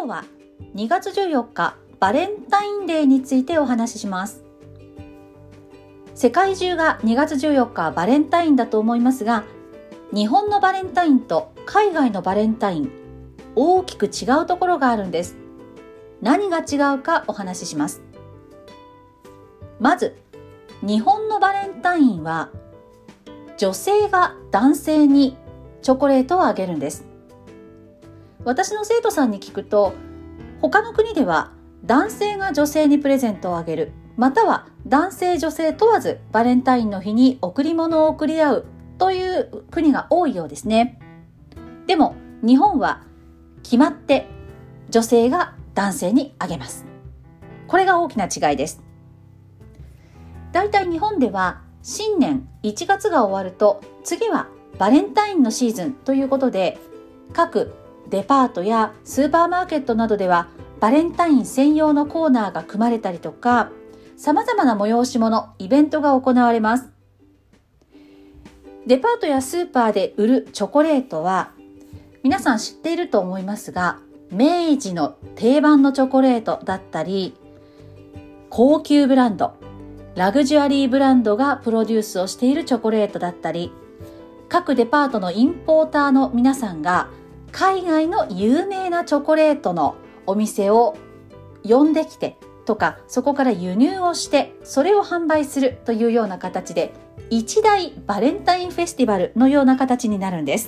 今日は2月14日バレンタインデーについてお話しします。世界中が2月14日はバレンタインだと思いますが、日本のバレンタインと海外のバレンタイン、大きく違うところがあるんです。何が違うかお話しします。まず、日本のバレンタインは女性が男性にチョコレートをあげるんです。私の生徒さんに聞くと、他の国では男性が女性にプレゼントをあげる、または男性女性問わずバレンタインの日に贈り物を贈り合うという国が多いようですね。でも日本は決まって女性が男性にあげます。これが大きな違いです。だいたい日本では新年1月が終わると次はバレンタインのシーズンということで、各デパートやスーパーマーケットなどではバレンタイン専用のコーナーが組まれたりとか、様々な催し物、イベントが行われます。デパートやスーパーで売るチョコレートは皆さん知っていると思いますが、明治の定番のチョコレートだったり、高級ブランド、ラグジュアリーブランドがプロデュースをしているチョコレートだったり、各デパートのインポーターの皆さんが海外の有名なチョコレートのお店を呼んできてとか、そこから輸入をしてそれを販売するというような形で、一大バレンタインフェスティバルのような形になるんです。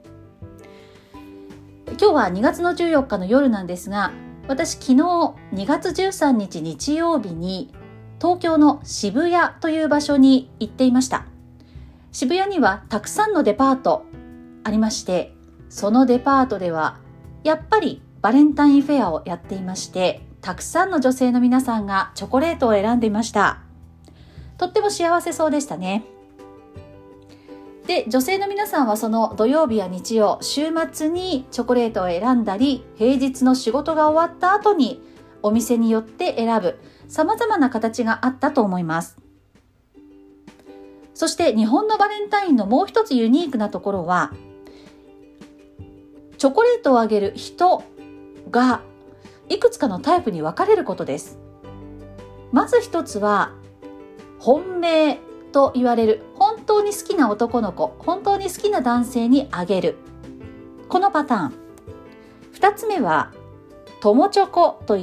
今日は2月の14日の夜なんですが、私昨日2月13日日曜日に東京の渋谷という場所に行っていました。渋谷にはたくさんのデパートありまして、そのデパートではやっぱりバレンタインフェアをやっていまして、たくさんの女性の皆さんがチョコレートを選んでいました。とっても幸せそうでしたね。で、女性の皆さんはその土曜日や日曜、週末にチョコレートを選んだり、平日の仕事が終わった後にお店によって選ぶ、様々な形があったと思います。そして日本のバレンタインのもう一つユニークなところは、チョコレートをあげる人がいくつかのタイプに分かれることです。まず一つは、本命と言われる、本当に好きな男の子、本当に好きな男性にあげる。このパターン。二つ目は、友チョコといって、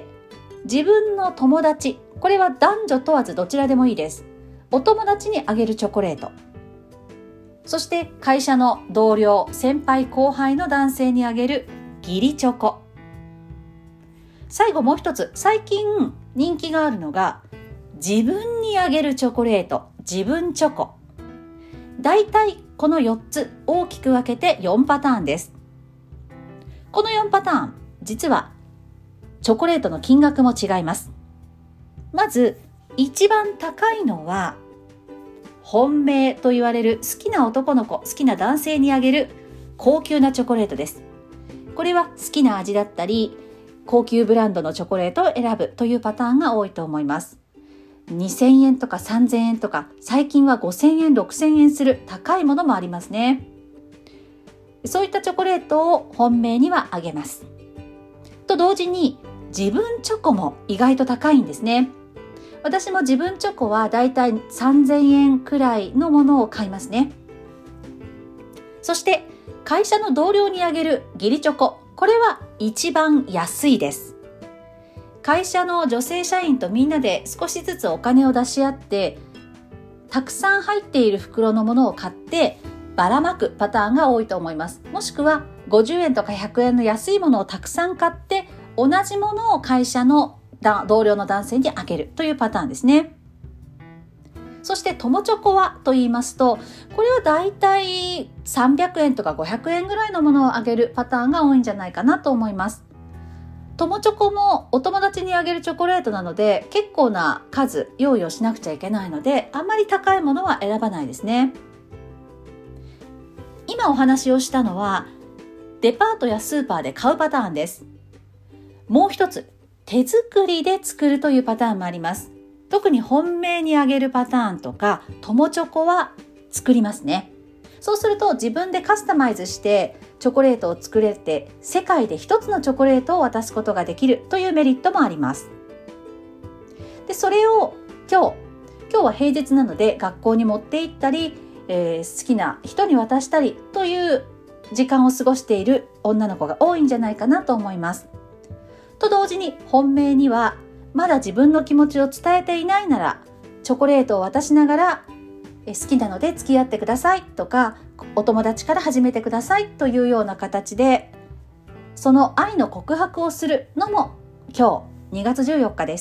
自分の友達、これは男女問わずどちらでもいいです。お友達にあげるチョコレート。そして会社の同僚、先輩後輩の男性にあげる義理チョコ。最後もう一つ、最近人気があるのが自分にあげるチョコレート、自分チョコ。だいたいこの4つ大きく分けて4パターンです。この4パターン、実はチョコレートの金額も違います。まず一番高いのは本命と言われる好きな男の子、好きな男性にあげる高級なチョコレートです。これは好きな味だったり高級ブランドのチョコレートを選ぶというパターンが多いと思います。2000円とか3000円とか、最近は5000円、6000円する高いものもありますね。そういったチョコレートを本命にはあげます。と同時に自分チョコも意外と高いんですね。私も自分チョコはだいたい3000円くらいのものを買いますね。そして会社の同僚にあげる義理チョコ、これは一番安いです。会社の女性社員とみんなで少しずつお金を出し合って、たくさん入っている袋のものを買ってばらまくパターンが多いと思います。もしくは50円とか100円の安いものをたくさん買って、同じものを会社の同僚の男性にあげるというパターンですね。そして友チョコはと言いますと、これはだいたい300円とか500円ぐらいのものをあげるパターンが多いんじゃないかなと思います。友チョコもお友達にあげるチョコレートなので、結構な数用意をしなくちゃいけないので、あんまり高いものは選ばないですね。今お話をしたのはデパートやスーパーで買うパターンです。もう一つ、手作りで作るというパターンもあります。特に本命にあげるパターンとか友チョコは作りますね。そうすると自分でカスタマイズしてチョコレートを作れて世界で一つのチョコレートを渡すことができるというメリットもあります。でそれを今日は平日なので学校に持って行ったり、好きな人に渡したりという時間を過ごしている女の子が多いんじゃないかなと思います。と同時に本命にはまだ自分の気持ちを伝えていないならチョコレートを渡しながら好きなので付き合ってくださいとかお友達から始めてくださいというような形でその愛の告白をするのも今日2月14日です。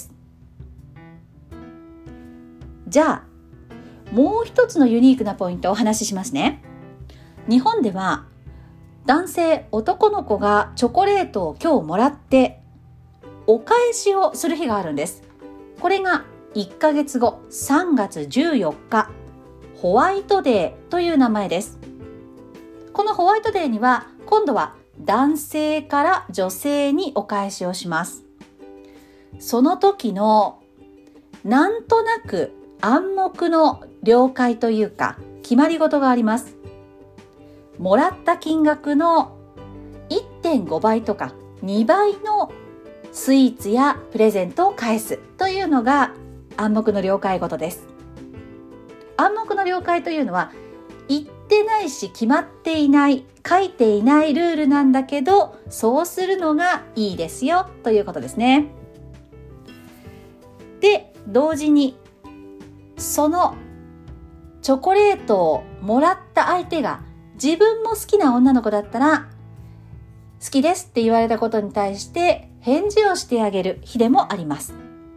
じゃあもう一つのユニークなポイントをお話ししますね。日本では男性男の子がチョコレートを今日もらってお返しをする日があるんです。これが1ヶ月後3月14日ホワイトデーという名前です。このホワイトデーには今度は男性から女性にお返しをします。その時のなんとなく暗黙の了解というか決まり事があります。もらった金額の 1.5 倍とか2倍のスイーツやプレゼントを返すというのが暗黙の了解事です。暗黙の了解というのは言ってないし決まっていない書いていないルールなんだけどそうするのがいいですよということですね。で同時にそのチョコレートをもらった相手が自分も好きな女の子だったら好きですって言われたことに対して返事をしてあげる日でもあります。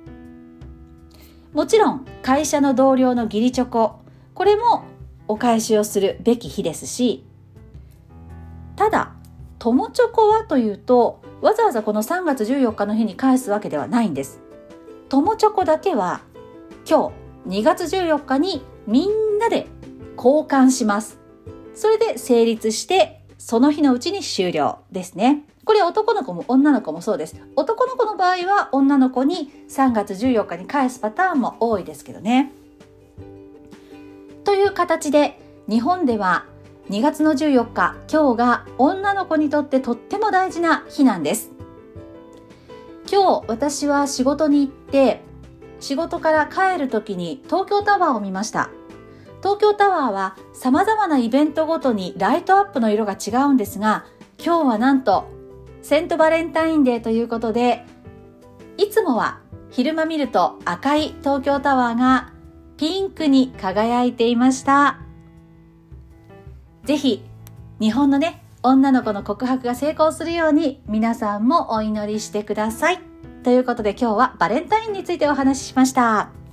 もちろん会社の同僚の義理チョコ、これもお返しをするべき日ですし、ただ友チョコはというとわざわざこの3月14日の日に返すわけではないんです。友チョコだけは今日2月14日にみんなで交換します。それで成立してその日のうちに終了ですね。これ男の子も女の子もそうです。男の子の場合は女の子に3月14日に返すパターンも多いですけどね。という形で日本では2月の14日、今日が女の子にとってとっても大事な日なんです。今日私は仕事に行って仕事から帰る時に東京タワーを見ました。東京タワーは様々なイベントごとにライトアップの色が違うんですが、今日はなんとセントバレンタインデーということで、いつもは昼間見ると赤い東京タワーがピンクに輝いていました。ぜひ日本の女の子の告白が成功するように皆さんもお祈りしてください。ということで今日はバレンタインについてお話ししました。